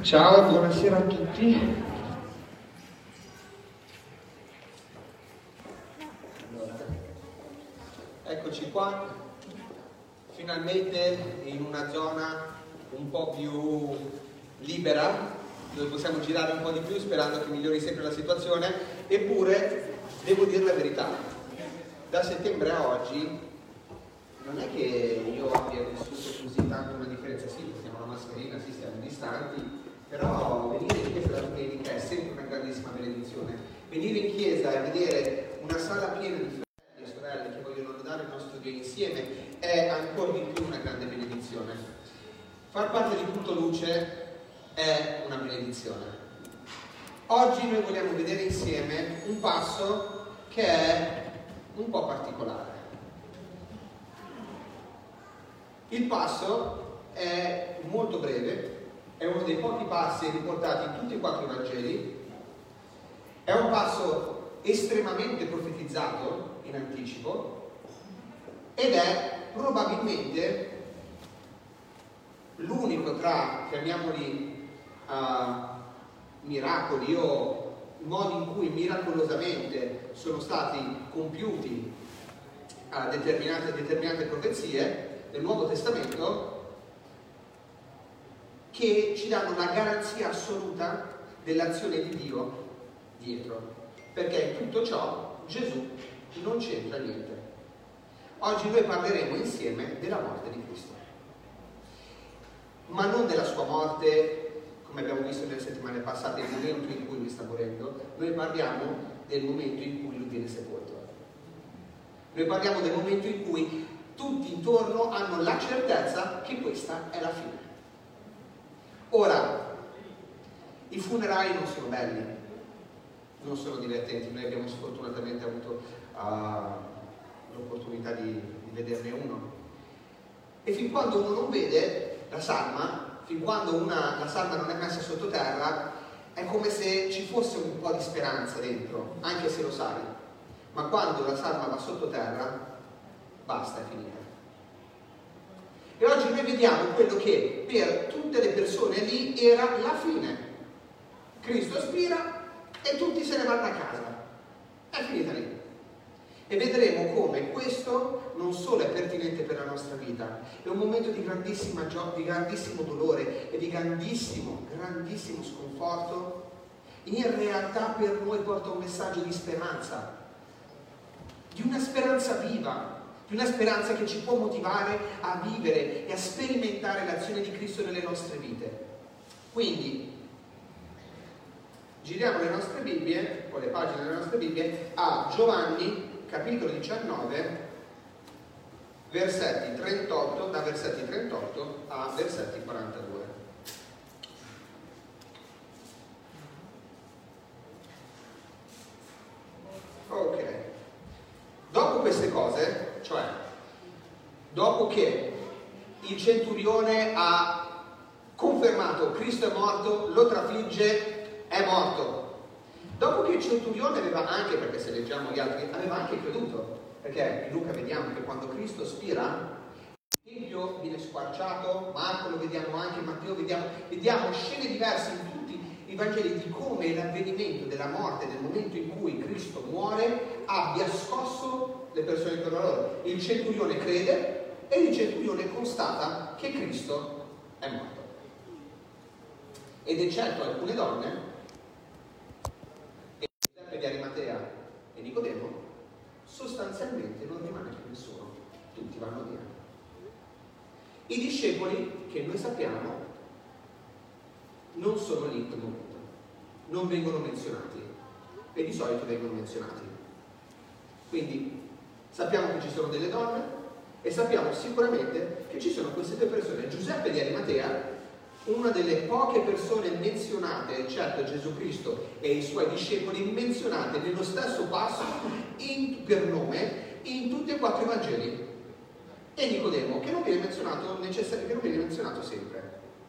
Ciao, buonasera a tutti. Allora, eccoci qua, finalmente in una zona un po' più libera, dove possiamo girare un po' di più sperando che migliori sempre la situazione. Eppure, devo dire la verità, da settembre a oggi non è che io abbia vissuto così tanto una differenza. Sì, portiamo la mascherina, sì, stiamo distanti, però venire in chiesa la domenica è sempre una grandissima benedizione. Venire in chiesa e vedere una sala piena di fratelli e sorelle che vogliono lodare il nostro Dio insieme è ancora di più una grande benedizione. Far parte di Punto Luce è una benedizione. Oggi noi vogliamo vedere insieme un passo che è un po' particolare. Il passo è molto breve, è uno dei pochi passi riportati in tutti e quattro i Vangeli, è un passo estremamente profetizzato in anticipo ed è probabilmente l'unico tra, chiamiamoli miracoli o modi in cui miracolosamente sono stati compiuti determinate profezie del Nuovo Testamento, che ci danno una garanzia assoluta dell'azione di Dio dietro, perché in tutto ciò Gesù non c'entra niente. Oggi noi parleremo insieme della morte di Cristo, ma non della sua morte come abbiamo visto nelle settimane passate, il momento in cui lui sta morendo. Noi parliamo del momento in cui lui viene sepolto. Noi parliamo del momento in cui tutti intorno hanno la certezza che questa è la fine. Ora, i funerali non sono belli, non sono divertenti. Noi abbiamo sfortunatamente avuto l'opportunità di vederne uno. E fin quando uno non vede la salma, fin quando la salma non è messa sottoterra, è come se ci fosse un po' di speranza dentro, anche se lo sai. Ma quando la salma va sottoterra, basta, è finita. E oggi noi vediamo quello che per tutte le persone lì era la fine. Cristo spira e tutti se ne vanno a casa. È finita lì. E vedremo come questo non solo è pertinente per la nostra vita, è un momento di grandissima gioia, di grandissimo dolore e di grandissimo sconforto. In realtà per noi porta un messaggio di speranza, di una speranza viva, di una speranza che ci può motivare a vivere e a sperimentare l'azione di Cristo nelle nostre vite. Quindi giriamo le nostre Bibbie, o le pagine delle nostre Bibbie, a Giovanni capitolo 19, versetti 38, da versetti 38 a versetti 42. Ok. Dopo queste cose, cioè dopo che il centurione ha confermato Cristo è morto, lo trafigge, è morto. Dopo che il centurione aveva anche, perché se leggiamo gli altri, aveva anche creduto, perché in Luca vediamo che quando Cristo spira, il Tempio viene squarciato, Marco lo vediamo anche, Matteo vediamo scene diverse in tutti i Vangeli di come l'avvenimento della morte, del momento in cui Cristo muore, abbia scosso le persone intorno a loro. Il centurione crede e il centurione constata che Cristo è morto. Ed eccetto alcune donne, Giuseppe di Arimatea e Nicodemo, sostanzialmente non rimane più nessuno, tutti vanno via. I discepoli, che noi sappiamo, non sono lì in quel momento, non vengono menzionati, e di solito vengono menzionati. Quindi sappiamo che ci sono delle donne e sappiamo sicuramente che ci sono queste due persone, Giuseppe di Arimatea, una delle poche persone menzionate, eccetto Gesù Cristo e i suoi discepoli, menzionate nello stesso passo per nome in tutti e quattro i Vangeli, e Nicodemo, che non viene menzionato necessariamente, che non viene menzionato sempre.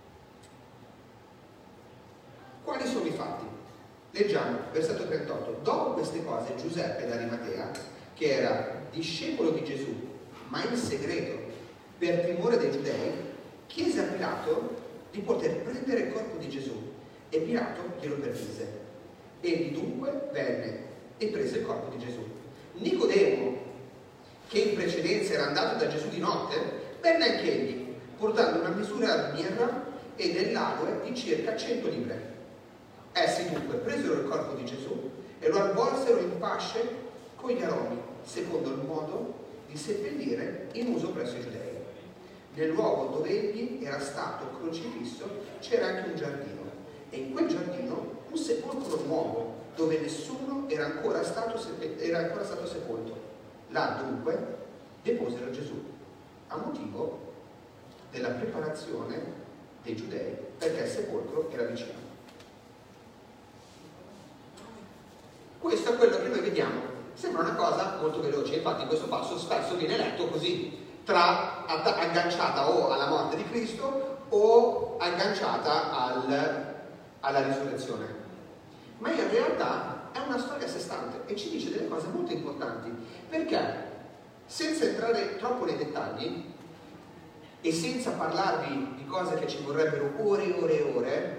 Quali sono i fatti? Leggiamo, versetto 38. Dopo queste cose Giuseppe d'Arimatea, che era discepolo di Gesù, ma in segreto, per timore dei giudei, chiese a Pilato di poter prendere il corpo di Gesù, e Pilato glielo permise. Egli dunque venne e prese il corpo di Gesù. Nicodemo, che in precedenza era andato da Gesù di notte, venne anche egli, portando una misura di mirra e dell'aloe di circa 100 libre. Essi dunque presero il corpo di Gesù e lo avvolsero in fasce con gli aromi, secondo il modo di seppellire in uso presso i giudei. Nel luogo dove egli era stato crocifisso c'era anche un giardino, e in quel giardino un sepolcro nuovo, dove nessuno era ancora stato sepolto. Là dunque deposero Gesù, a motivo della preparazione dei giudei, perché il sepolcro era vicino. Questo è quello che noi vediamo. Sembra una cosa molto veloce, infatti questo passo spesso viene letto così, agganciata o alla morte di Cristo o agganciata alla risurrezione. Ma in realtà è una storia a sé stante e ci dice delle cose molto importanti, perché senza entrare troppo nei dettagli e senza parlarvi di cose che ci vorrebbero ore e ore e ore,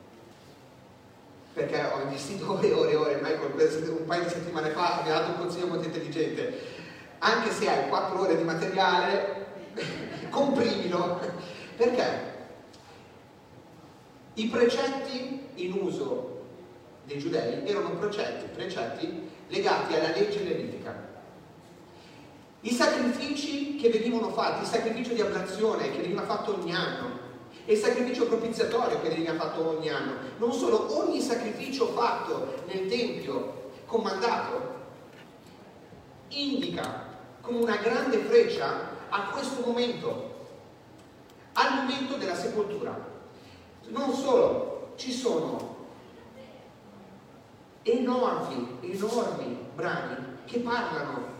perché ho investito ore e ore e ore, Michael un paio di settimane fa mi ha dato un consiglio molto intelligente: anche se hai 4 ore di materiale, comprimilo, perché i precetti in uso dei giudei erano precetti legati alla legge levitica. I sacrifici che venivano fatti, il sacrificio di ablazione che veniva fatto ogni anno, e il sacrificio propiziatorio che veniva fatto ogni anno, non solo, ogni sacrificio fatto nel Tempio comandato indica come una grande freccia a questo momento, al momento della sepoltura. Non solo, ci sono enormi brani che parlano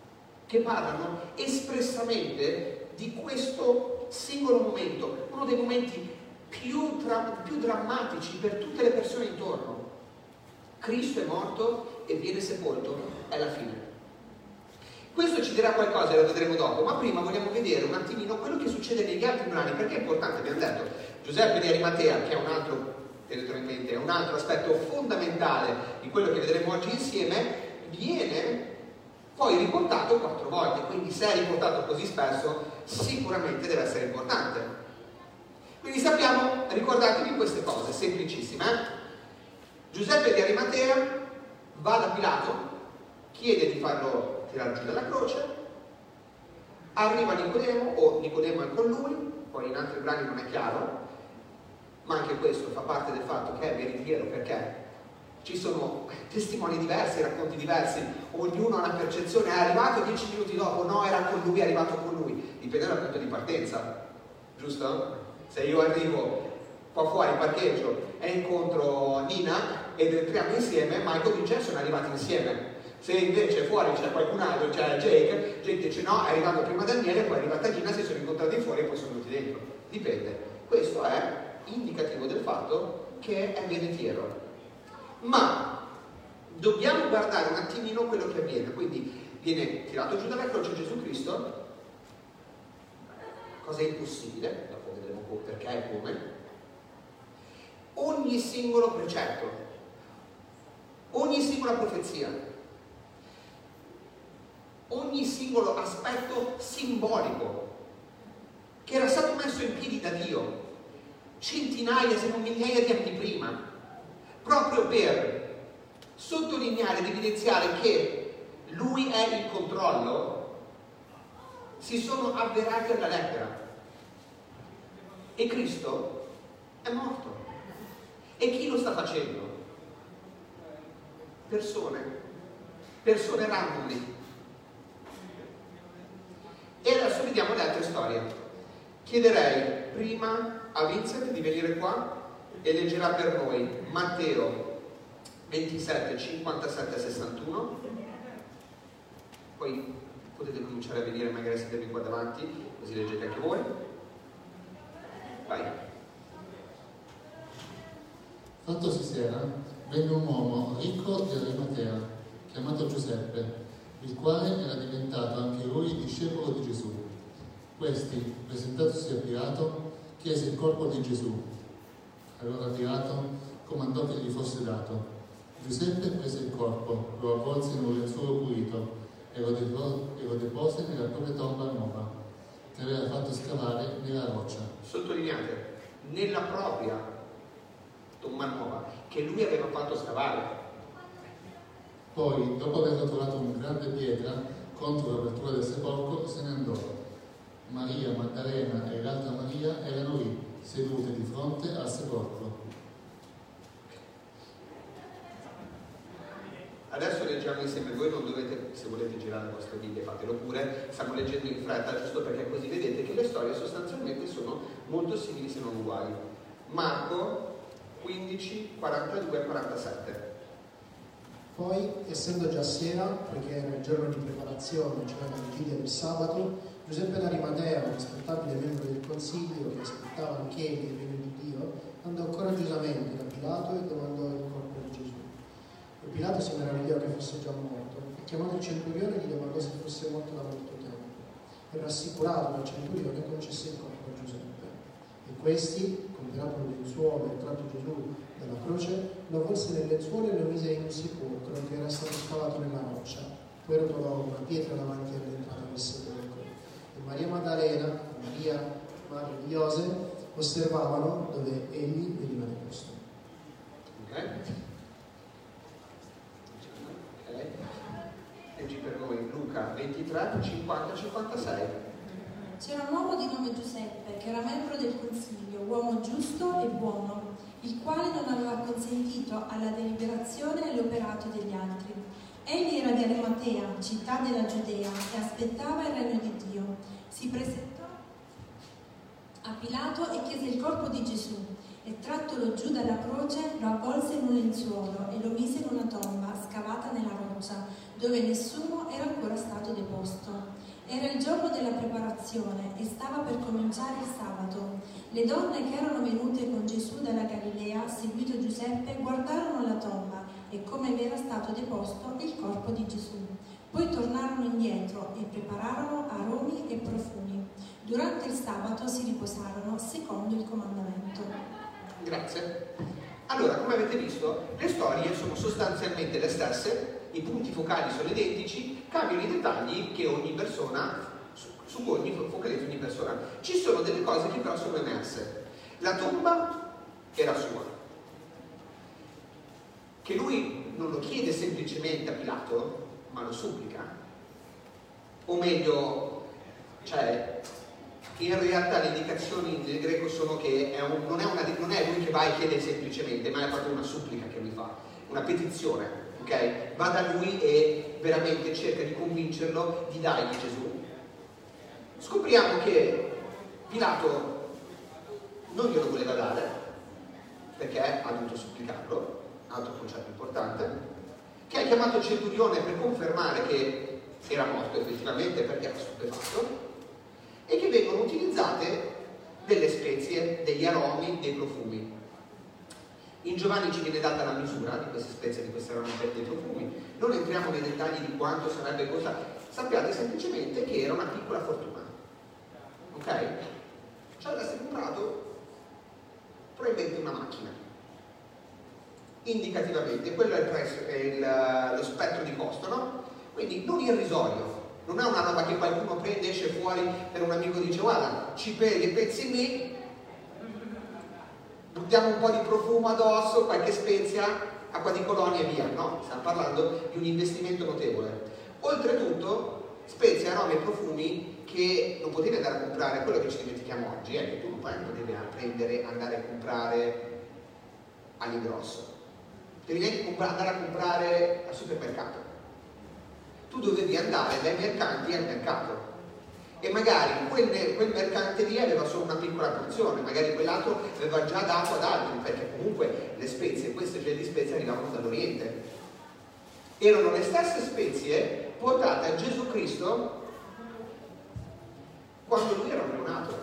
espressamente di questo singolo momento, uno dei momenti più drammatici per tutte le persone intorno. Cristo è morto e viene sepolto, è la fine. Questo ci dirà qualcosa e lo vedremo dopo, ma prima vogliamo vedere un attimino quello che succede negli altri brani, perché è importante. Abbiamo detto Giuseppe di Arimatea, che è un altro aspetto fondamentale di quello che vedremo oggi insieme, viene poi riportato 4 volte, quindi se è riportato così spesso sicuramente deve essere importante. Quindi sappiamo, ricordatevi queste cose semplicissime. Giuseppe di Arimatea va da Pilato, chiede di farlo tirare giù dalla croce, arriva Nicodemo, o Nicodemo è con lui, poi in altri brani non è chiaro, ma anche questo fa parte del fatto che è veritiero, perché ci sono testimoni diversi, racconti diversi, ognuno ha una percezione: è arrivato 10 minuti dopo, no, era con lui, è arrivato con lui, dipende dal punto di partenza, giusto? Se io arrivo qua fuori in parcheggio e incontro Nina ed entriamo insieme, Michael dice sono arrivati insieme. Se invece fuori c'è qualcun altro, c'è Jake dice no, è arrivato prima Daniele, poi è arrivata Gina, si sono incontrati fuori e poi sono venuti dentro. Dipende. Questo è indicativo del fatto che è veritiero. Ma dobbiamo guardare un attimino quello che avviene. Quindi viene tirato giù dalla croce Gesù Cristo, cosa impossibile, dopo vedremo perché e come. Ogni singolo precetto, ogni singola profezia, ogni singolo aspetto simbolico che era stato messo in piedi da Dio centinaia, se non migliaia di anni prima, proprio per sottolineare ed evidenziare che Lui è il controllo, si sono avverati alla lettera. E Cristo è morto. E chi lo sta facendo? Persone random. E adesso vediamo le altre storie. Chiederei prima a Vincent di venire qua e leggerà per noi Matteo 27, 57 a 61. Poi potete cominciare a venire, magari siete qua davanti, così leggete anche voi. Vai. Fattosi sera, venne un uomo ricco di Arimatea, chiamato Giuseppe, il quale era diventato anche lui discepolo di Gesù. Questi, presentatosi a Pilato, chiese il corpo di Gesù. Allora Pilato comandò che gli fosse dato. Giuseppe prese il corpo, lo avvolse in un lenzuolo pulito e lo depose nella propria tomba nuova, che aveva fatto scavare nella roccia. Sottolineate, nella propria tomba nuova, che lui aveva fatto scavare. Poi, dopo aver rotolato una grande pietra contro l'apertura del sepolcro, se ne andò. Maria Maddalena e l'altra Maria erano lì, sedute di fronte al sepolcro. Adesso leggiamo insieme, voi non dovete, se volete girare le vostre Bibbie fatelo pure, stiamo leggendo in fretta giusto perché così vedete che le storie sostanzialmente sono molto simili se non uguali. Marco 15, 42 e 47. Poi, essendo già sera, poiché era il giorno di preparazione, cioè la vigilia del sabato, Giuseppe d'Arimatea, un rispettabile membro del consiglio che aspettava anch'egli il regno di Dio, andò coraggiosamente da Pilato e domandò il corpo di Gesù. E Pilato si meravigliò che fosse già morto e chiamando il centurione gli domandò se fosse morto da molto tempo. E rassicurato dal centurione concesse il corpo a Giuseppe. E questi, comperato il lenzuolo e tratto Gesù dalla croce, lo avvolse nel lenzuolo e lo mise in un sepolcro che era stato scavato nella roccia. Poi rotolò una pietra davanti all'entrata del sepolcro. E Maria Maddalena, Maria, madre di Iose, osservavano dove egli veniva deposto. Ok? Leggi per noi Luca 23, 50-56. C'era un uomo di nome Giuseppe, che era membro del consiglio, uomo giusto e buono, il quale non aveva consentito alla deliberazione e all'operato degli altri. Egli era di Arimatea, città della Giudea, e aspettava il regno di Dio. Si presentò a Pilato e chiese il corpo di Gesù, e trattolo giù dalla croce lo avvolse in un lenzuolo e lo mise in una tomba scavata nella roccia, dove nessuno era ancora stato deposto. Era il giorno della preparazione e stava per cominciare il sabato. Le donne che erano venute con Gesù dalla Galilea, seguito Giuseppe, guardarono la tomba e come vi era stato deposto il corpo di Gesù. Poi tornarono indietro e prepararono aromi e profumi. Durante il sabato si riposarono secondo il comandamento. Grazie. Allora, come avete visto, le storie sono sostanzialmente le stesse, i punti focali sono identici, cambiano i dettagli che ogni persona, su cui focalizza ogni persona. Ci sono delle cose che però sono emerse. La tomba era sua. Che lui non lo chiede semplicemente a Pilato, ma lo supplica. O meglio, cioè, in realtà le indicazioni del greco sono che non è lui che va e chiede semplicemente, ma è proprio una supplica che lui fa, una petizione, ok? Va da lui e veramente cerca di convincerlo di dargli Gesù. Scopriamo che Pilato non glielo voleva dare, perché ha dovuto supplicarlo, altro concetto importante, che ha chiamato il centurione per confermare che era morto effettivamente perché era stupefatto, e che vengono utilizzate delle spezie, degli aromi, dei profumi. In Giovanni ci viene data la misura di queste spezie, di questi aromi e dei profumi. Non entriamo nei dettagli di quanto sarebbe costato, sappiate semplicemente che era una piccola fortuna. Ok? Ci avreste comprato probabilmente una macchina. Indicativamente, quello è il prezzo, lo spettro di costo, no? Quindi non irrisorio. Non è una roba che qualcuno prende, esce fuori per un amico e dice guarda, ci pezzi lì, buttiamo un po' di profumo addosso, qualche spezia, acqua di colonia e via. No, stiamo parlando di un investimento notevole. Oltretutto, spezie, aromi e profumi che non potevi andare a comprare. Quello che ci dimentichiamo oggi è che tu non puoi andare a comprare all'ingrosso. Devi andare a comprare al supermercato. Tu dovevi andare dai mercanti al mercato e magari quel mercante lì aveva solo una piccola porzione, magari quell'altro aveva già dato ad altri, perché comunque le spezie, queste genere di spezie arrivavano dall'Oriente. Erano le stesse spezie portate a Gesù Cristo quando lui era neonato.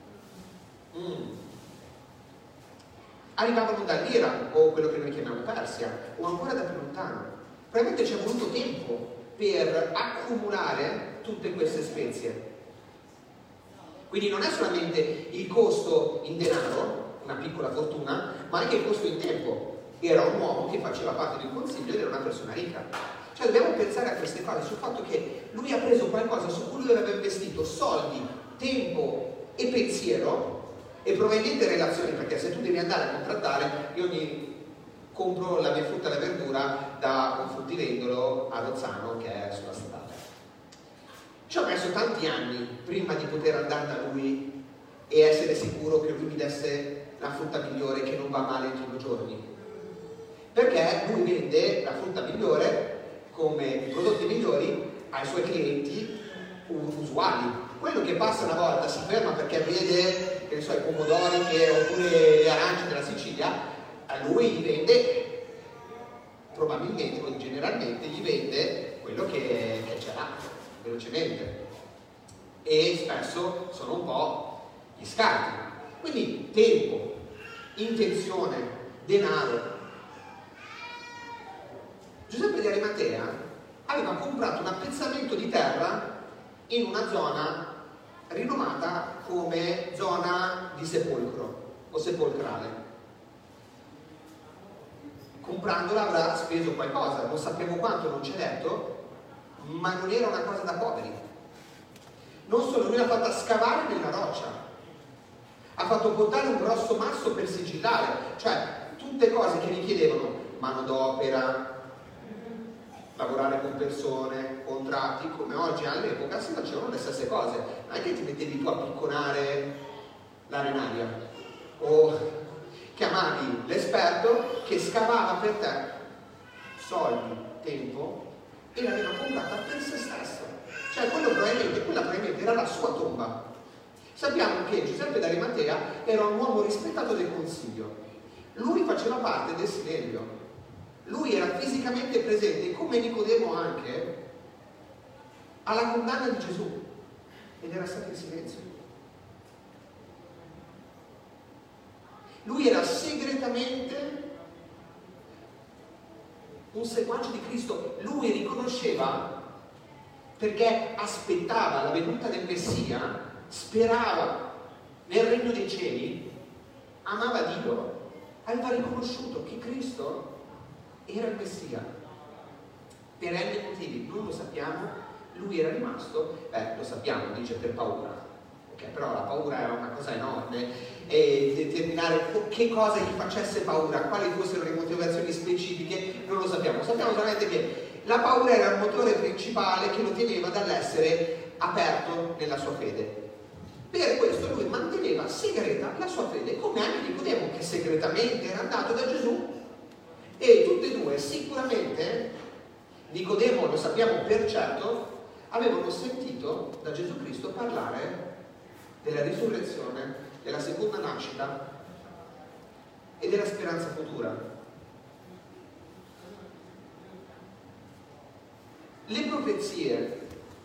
Arrivavano dall'Iran, o quello che noi chiamiamo Persia, o ancora da più lontano. Probabilmente ci è voluto tempo per accumulare tutte queste spezie. Quindi non è solamente il costo in denaro, una piccola fortuna, ma anche il costo in tempo. Era un uomo che faceva parte di un consiglio ed era una persona ricca. Cioè dobbiamo pensare a queste cose, sul fatto che lui ha preso qualcosa su cui lui aveva investito soldi, tempo e pensiero, e probabilmente relazioni, perché se tu devi andare a contrattare, io compro la mia frutta e la verdura da un fruttivendolo a Rozzano che è sulla strada. Ci ho messo tanti anni prima di poter andare da lui e essere sicuro che lui mi desse la frutta migliore che non va male in 2 giorni, perché lui vende la frutta migliore come i prodotti migliori ai suoi clienti usuali. Quello che passa una volta si ferma perché vede, che ne so, i pomodori oppure le arance della Sicilia, a lui gli vende, probabilmente o generalmente gli vende quello che ce l'ha velocemente, e spesso sono un po' gli scarti. Quindi tempo, intenzione, denaro. Giuseppe di Arimatea aveva comprato un appezzamento di terra in una zona rinomata come zona di sepolcro o sepolcrale. Comprandola avrà speso qualcosa, non sappiamo quanto, non c'è detto, ma non era una cosa da poveri. Non solo, lui l'ha fatta scavare nella roccia, ha fatto portare un grosso masso per sigillare, cioè tutte cose che richiedevano manodopera, lavorare con persone, contratti, come oggi all'epoca si facevano le stesse cose. Non è che ti mettevi tu a picconare l'arenaria o chiamavi l'esperto che scavava per te, soldi, tempo, e l'aveva comprata per se stesso. Cioè quella probabilmente era la sua tomba. Sappiamo che Giuseppe d'Arimatea era un uomo rispettato del consiglio. Lui faceva parte del Sinedrio. Lui era fisicamente presente, come Nicodemo anche, alla condanna di Gesù, ed era stato in silenzio. Lui era segretamente un seguace di Cristo. Lui riconosceva, perché aspettava la venuta del Messia, sperava nel regno dei cieli, amava Dio, aveva riconosciuto che Cristo era il Messia. Per n motivi, non lo sappiamo, lui era rimasto, lo sappiamo, dice per paura, okay, però la paura era una cosa enorme, e determinare che cosa gli facesse paura, quali fossero le motivazioni specifiche, non lo sappiamo. Sappiamo solamente che la paura era il motore principale che lo teneva dall'essere aperto nella sua fede. Per questo lui manteneva segreta la sua fede, come anche Nicodemo, che segretamente era andato da Gesù. E tutti e due sicuramente, Nicodemo lo sappiamo per certo, avevano sentito da Gesù Cristo parlare della risurrezione, della seconda nascita e della speranza futura. Le profezie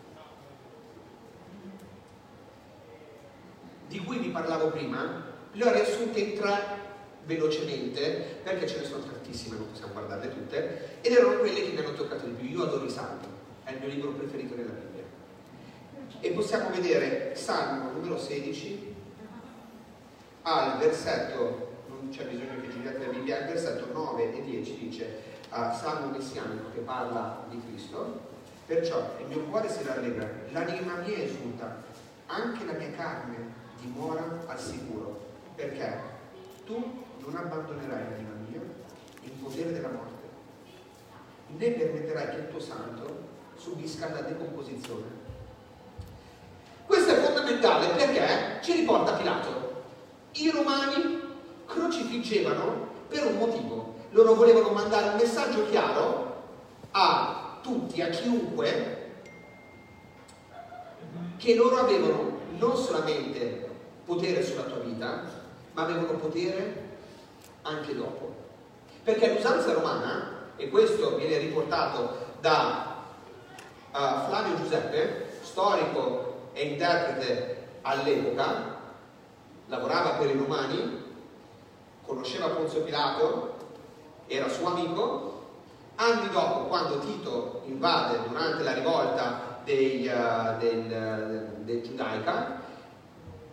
di cui vi parlavo prima le ho riassunte in 3 velocemente, perché ce ne sono tantissime, non possiamo guardarle tutte, ed erano quelle che mi hanno toccato di più. Io adoro i Salmi, è il mio libro preferito della Bibbia, e possiamo vedere Salmo numero 16 al versetto, non c'è bisogno che giriate la Bibbia, al versetto 9 e 10 dice: Salmo messianico che parla di Cristo. Perciò il mio cuore si rallegra, l'anima mia esulta, anche la mia carne dimora al sicuro, perché tu non abbandonerai l'anima mia in potere della morte, né permetterai che il tuo santo subisca la decomposizione. Questo è fondamentale perché ci riporta a Pilato. I romani crocifiggevano per un motivo. Loro volevano mandare un messaggio chiaro a tutti, a chiunque, che loro avevano non solamente potere sulla tua vita, ma avevano potere anche dopo. Perché l'usanza romana, e questo viene riportato da Flavio Giuseppe, storico e interprete all'epoca, lavorava per i romani, conosceva Ponzio Pilato, era suo amico. Anni dopo, quando Tito invade durante la rivolta del Giudaica,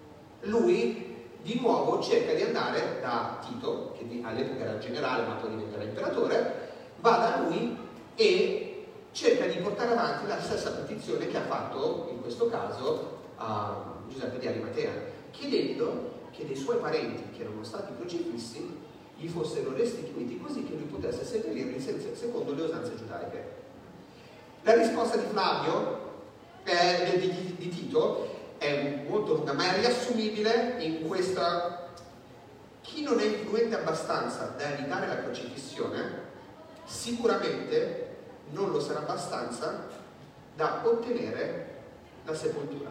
lui di nuovo cerca di andare da Tito, che all'epoca era generale ma poi diventerà imperatore, va da lui e cerca di portare avanti la stessa petizione che ha fatto in questo caso a Giuseppe di Arimatea, chiedendo che dei suoi parenti che erano stati crocifissi gli fossero restituiti così che lui potesse seppellirli secondo le usanze giudaiche. La risposta di Flavio, di Tito, è molto lunga, ma è riassumibile in questa: chi non è influente abbastanza da evitare la crocifissione sicuramente non lo sarà abbastanza da ottenere la sepoltura.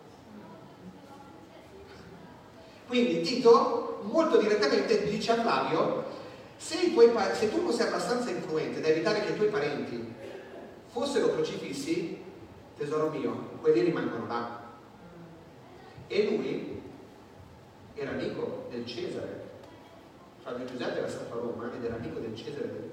Quindi Tito molto direttamente dice a Flavio: se tu non sei abbastanza influente da evitare che i tuoi parenti fossero crocifissi, tesoro mio, quelli rimangono là. E lui era amico del Cesare. Flavio Giuseppe era stato a Roma ed era amico del Cesare.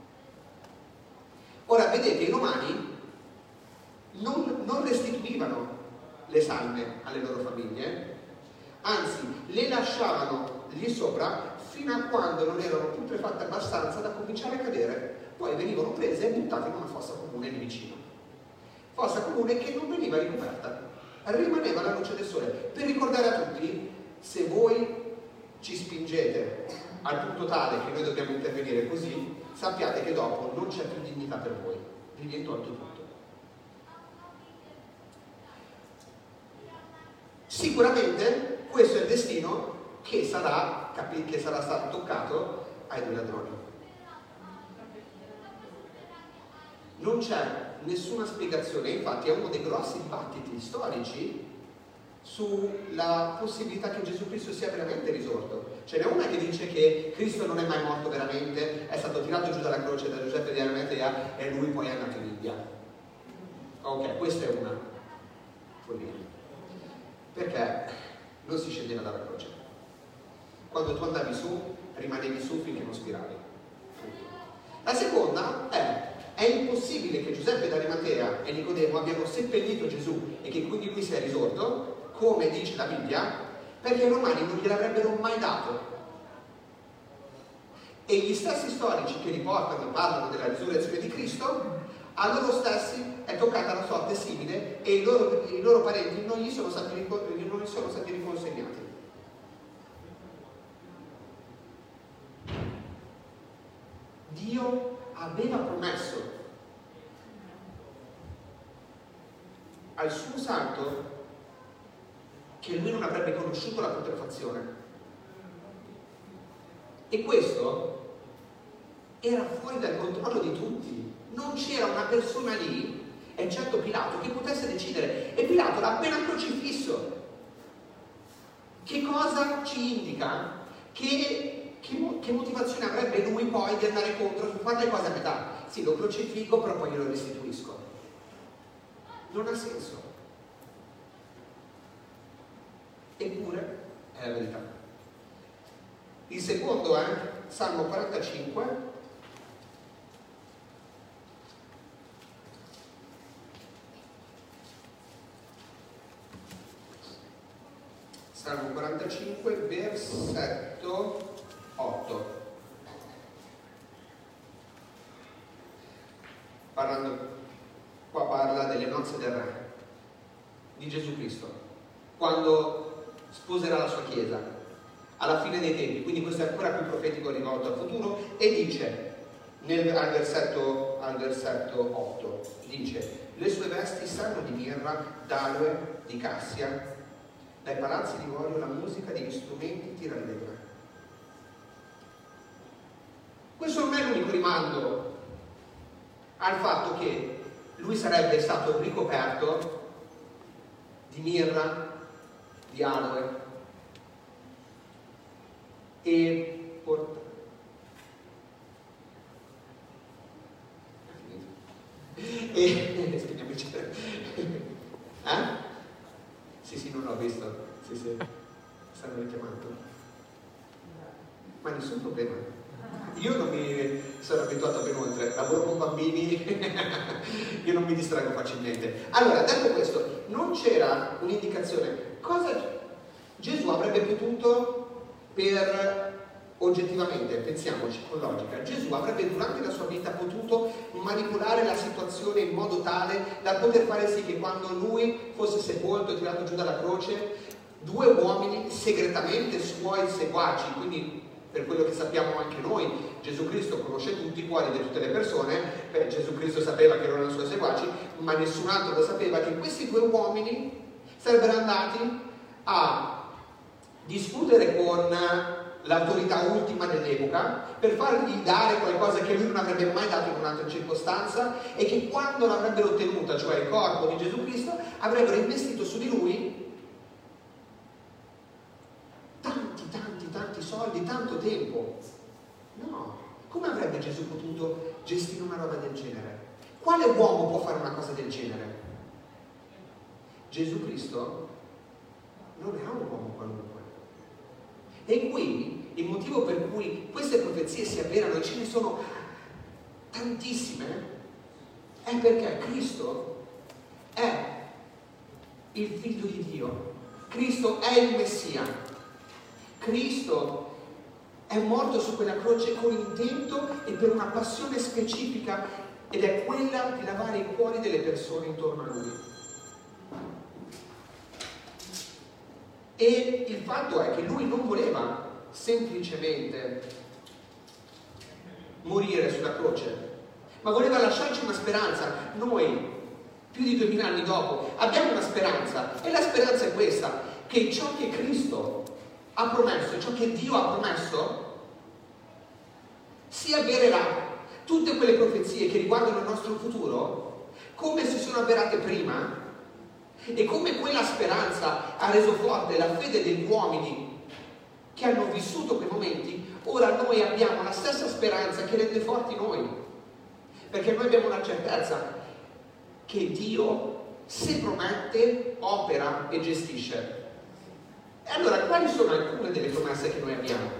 Ora vedete, i romani non restituivano le salme alle loro famiglie, anzi le lasciavano lì sopra fino a quando non erano putrefatte abbastanza da cominciare a cadere. Poi venivano prese e buttate in una fossa comune lì vicino. Fossa comune che non veniva ricoperta, rimaneva alla luce del sole. Per ricordare a tutti, se voi ci spingete al punto tale che noi dobbiamo intervenire così, sappiate che dopo non c'è più dignità per voi, vi viene tolto tutto. Sicuramente questo è il destino che sarà stato toccato ai due ladroni. Non c'è nessuna spiegazione, infatti è uno dei grossi dibattiti storici sulla possibilità che Gesù Cristo sia veramente risorto. Ce n'è una che dice che Cristo non è mai morto veramente, è stato tirato giù dalla croce da Giuseppe di Arimatea e lui poi è andato in India. Ok, questa è una follia. Perché non si scendeva dalla croce. Quando tu andavi su, rimanevi su finché non spiravi. La seconda è impossibile che Giuseppe d'Arimatea e Nicodemo abbiano seppellito Gesù e che quindi lui sia risorto, come dice la Bibbia, perché i romani non gliel'avrebbero mai dato. E gli stessi storici che riportano e parlano della risurrezione di Cristo, a loro stessi è toccata una sorte simile e i loro parenti non gli sono stati riconsegnati. Dio aveva promesso al suo santo che lui non avrebbe conosciuto la putrefazione, e questo era fuori dal controllo di tutti. Non c'era una persona lì, eccetto Pilato, che potesse decidere, e Pilato l'ha appena crocifisso. Che cosa ci indica? Che motivazione avrebbe lui poi di andare contro, fare le cose a metà? Sì, lo crocifico, però poi glielo restituisco. Non ha senso. Eppure è la verità. Il secondo è Salmo 45. Salmo 45, versetto 8. Qua parla delle nozze del Re, di Gesù Cristo, quando sposerà la sua Chiesa, alla fine dei tempi. Quindi questo è ancora più profetico rivolto al futuro, e dice, al versetto 8, dice: le sue vesti sanno di mirra, d'aloe, di cassia, dai palazzi di Orio la musica degli strumenti ti rallegra. Questo non è l'unico rimando al fatto che lui sarebbe stato ricoperto di mirra, di aloe e spegniamo il cielo. Sì, non l'ho visto. Sì, stanno richiamando. Ma nessun problema. Io non mi sono abituato ben oltre, lavoro con bambini, io non mi distraggo facilmente. Allora, detto questo, non c'era un'indicazione. Gesù avrebbe potuto, oggettivamente, pensiamoci con logica, Gesù avrebbe durante la sua vita potuto manipolare la situazione in modo tale da poter fare sì che quando lui fosse sepolto e tirato giù dalla croce, 2 uomini segretamente suoi seguaci, quindi per quello che sappiamo anche noi, Gesù Cristo conosce tutti i cuori di tutte le persone, Gesù Cristo sapeva che erano i suoi seguaci, ma nessun altro lo sapeva, che questi 2 uomini sarebbero andati a discutere con l'autorità ultima dell'epoca per fargli dare qualcosa che lui non avrebbe mai dato in un'altra circostanza, e che quando l'avrebbero ottenuta, cioè il corpo di Gesù Cristo, avrebbero investito su di lui tanti soldi, tanto tempo. No, come avrebbe Gesù potuto gestire una roba del genere? Quale uomo può fare una cosa del genere? Gesù Cristo non è un uomo qualunque. E qui il motivo per cui queste profezie si avverano, e ce ne sono tantissime, è perché Cristo è il Figlio di Dio, Cristo è il Messia, Cristo è morto su quella croce con intento e per una passione specifica, ed è quella di lavare i cuori delle persone intorno a Lui. E il fatto è che Lui non voleva semplicemente morire sulla croce, ma voleva lasciarci una speranza. Noi, più di 2000 anni dopo, abbiamo una speranza, e la speranza è questa, che ciò che Cristo ha promesso, ciò che Dio ha promesso, si avvererà. Tutte quelle profezie che riguardano il nostro futuro, come si sono avverate prima, e come quella speranza ha reso forte la fede degli uomini che hanno vissuto quei momenti, ora noi abbiamo la stessa speranza che rende forti noi, perché noi abbiamo la certezza che Dio, se promette, opera e gestisce. E allora, quali sono alcune delle promesse che noi abbiamo?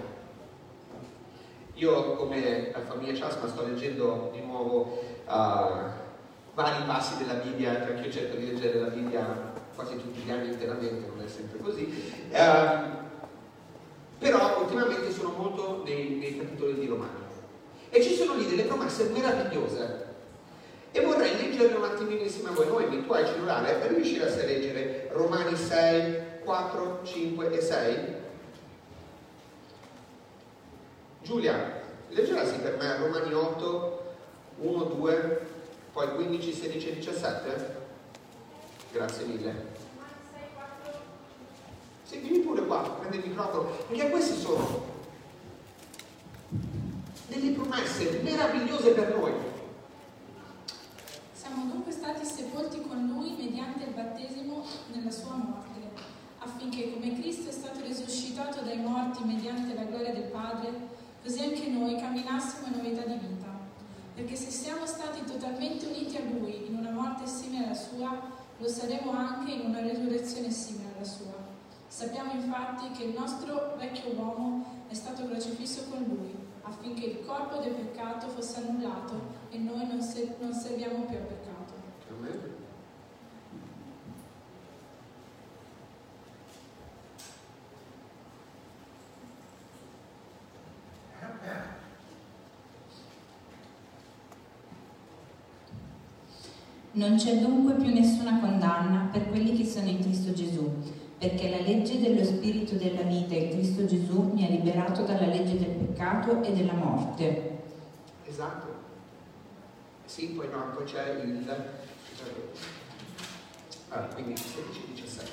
Io, come la famiglia Ciasma, sto leggendo di nuovo vari passi della Bibbia, perché io cerco di leggere la Bibbia quasi tutti gli anni interamente, non è sempre così, però ultimamente sono molto nei capitoli di Romani, e ci sono lì delle promesse meravigliose, e vorrei leggerle un attimino insieme a voi. Noemi, tu hai il cellulare, riusciresti a leggere Romani 6, 4, 5 e 6? Giulia, leggeresti per me Romani 8, 1, 2, poi 15, 16 e 17? Grazie mille. Sì, vieni pure qua, prendi il microfono, perché queste sono delle promesse meravigliose per noi. Siamo dunque stati sepolti con Lui mediante il battesimo nella sua morte, affinché come Cristo è stato risuscitato dai morti mediante la gloria del Padre, così anche noi camminassimo in novità di vita. Perché se siamo stati totalmente uniti a Lui in una morte simile alla sua, lo saremo anche in una resurrezione simile alla sua. Sappiamo infatti che il nostro vecchio uomo è stato crocifisso con Lui, affinché il corpo del peccato fosse annullato e noi non serviamo più al peccato. Amen. Non c'è dunque più nessuna condanna per quelli che sono in Cristo Gesù, perché la legge dello Spirito della vita in Cristo Gesù mi ha liberato dalla legge del peccato e della morte. Esatto. Sì, poi no, poi c'è il... quindi 16 e 17.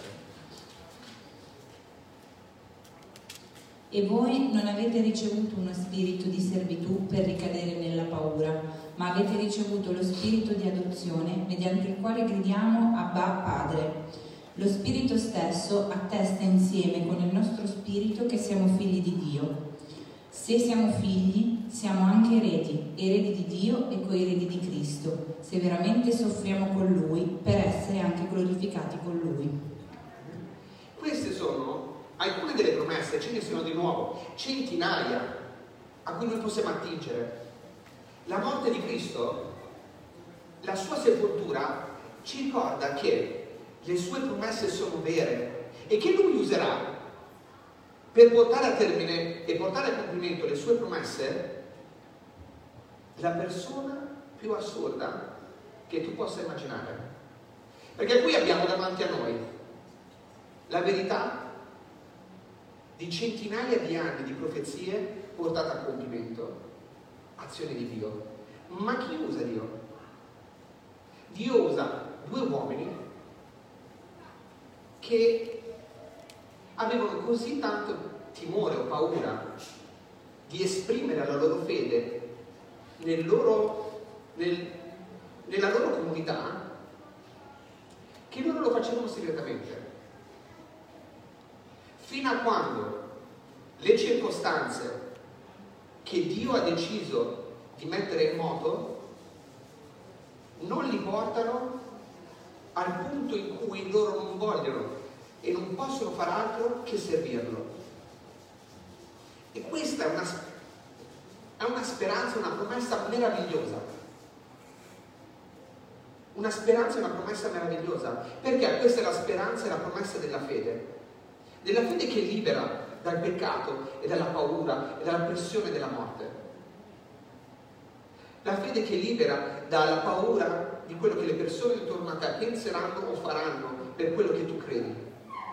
E voi non avete ricevuto uno spirito di servitù per ricadere nella paura, ma avete ricevuto lo spirito di adozione, mediante il quale gridiamo Abba Padre. Lo Spirito stesso attesta insieme con il nostro spirito che siamo figli di Dio. Se siamo figli, siamo anche eredi di Dio e coeredi di Cristo, se veramente soffriamo con Lui, per essere anche glorificati con Lui. Queste sono alcune delle promesse, ce ne sono di nuovo, centinaia, a cui noi possiamo attingere. La morte di Cristo, la sua sepoltura, ci ricorda che le sue promesse sono vere e che Lui userà per portare a termine e portare a compimento le sue promesse, la persona più assurda che tu possa immaginare. Perché qui abbiamo davanti a noi la verità di centinaia di anni di profezie portate a compimento, azione di Dio. Ma chi usa Dio? Dio usa due uomini che avevano così tanto timore o paura di esprimere la loro fede nella loro comunità, che loro lo facevano segretamente. Fino a quando le circostanze che Dio ha deciso di mettere in moto non li portano al punto in cui loro non vogliono e non possono far altro che servirlo. E questa è una speranza, una promessa meravigliosa. Una speranza e una promessa meravigliosa. Perché questa è la speranza e la promessa della fede. Della fede che libera dal peccato e dalla paura e dalla pressione della morte. La fede che libera dalla paura di quello che le persone intorno a te penseranno o faranno per quello che tu credi.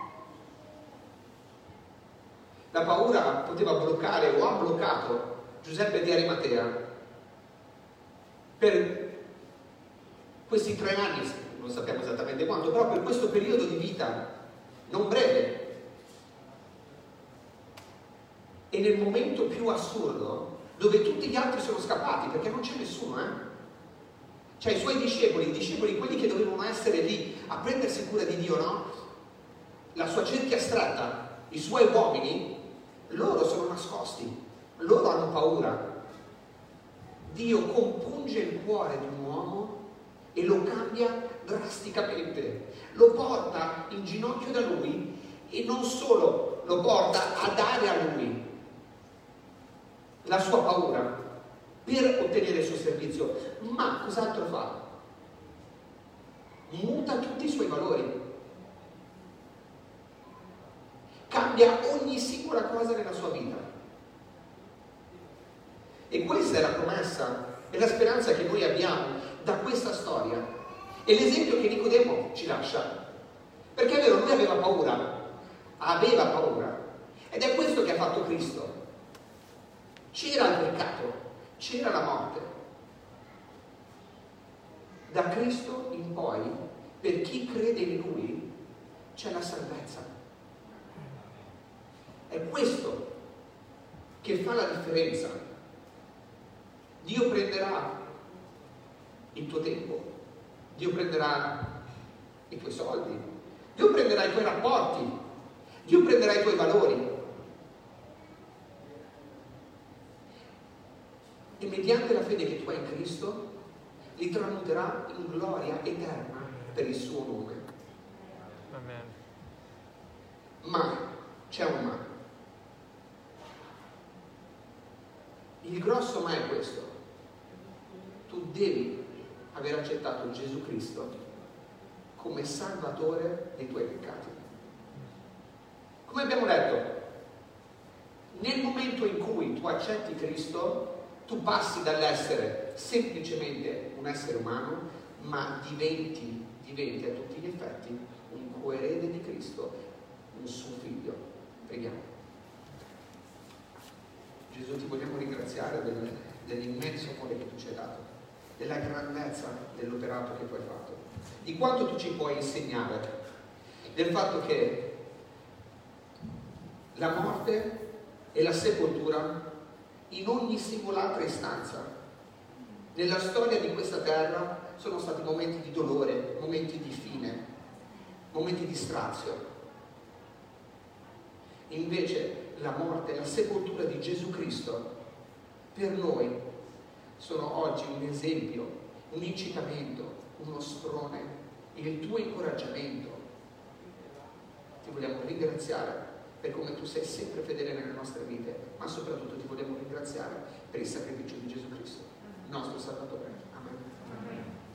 La paura poteva bloccare o ha bloccato Giuseppe di Arimatea per questi 3 anni, non sappiamo esattamente quanto, però per questo periodo di vita non breve. E nel momento più assurdo, dove tutti gli altri sono scappati, perché non c'è nessuno, Cioè i suoi discepoli, quelli che dovevano essere lì a prendersi cura di Dio, no? La sua cerchia stretta, i suoi uomini, loro sono nascosti, loro hanno paura. Dio compunge il cuore di un uomo e lo cambia drasticamente, lo porta in ginocchio da lui e non solo lo porta a dare a lui la sua paura per ottenere il suo servizio, ma cos'altro fa? Muta tutti i suoi valori, cambia ogni singola cosa nella sua vita. E questa è la promessa e la speranza che noi abbiamo da questa storia. E l'esempio che Nicodemo ci lascia. Perché è vero, lui aveva paura. Ed è questo che ha fatto Cristo. C'era il peccato, c'era la morte. Da Cristo in poi, per chi crede in Lui, c'è la salvezza. È questo che fa la differenza. Dio prenderà il tuo tempo, Dio prenderà i tuoi soldi, Dio prenderà i tuoi rapporti, Dio prenderà i tuoi valori. E mediante la fede che tu hai in Cristo, li tramuterà in gloria eterna per il suo nome. Amen. Ma, c'è un ma. Il grosso ma è questo. Tu devi aver accettato Gesù Cristo come Salvatore dei tuoi peccati. Come abbiamo detto, nel momento in cui tu accetti Cristo, tu passi dall'essere semplicemente un essere umano, ma diventi a tutti gli effetti un coerede di Cristo, un suo figlio. Preghiamo. Gesù, ti vogliamo ringraziare dell'immenso amore che tu ci hai dato, della grandezza dell'operato che tu hai fatto, di quanto tu ci puoi insegnare, del fatto che la morte e la sepoltura in ogni singola altra istanza nella storia di questa terra sono stati momenti di dolore, momenti di fine, momenti di strazio. Invece la morte e la sepoltura di Gesù Cristo per noi sono oggi un esempio, un incitamento, uno sprone, il tuo incoraggiamento. Ti vogliamo ringraziare per come tu sei sempre fedele nelle nostre vite, ma soprattutto ti vogliamo ringraziare per il sacrificio di Gesù Cristo, il nostro Salvatore.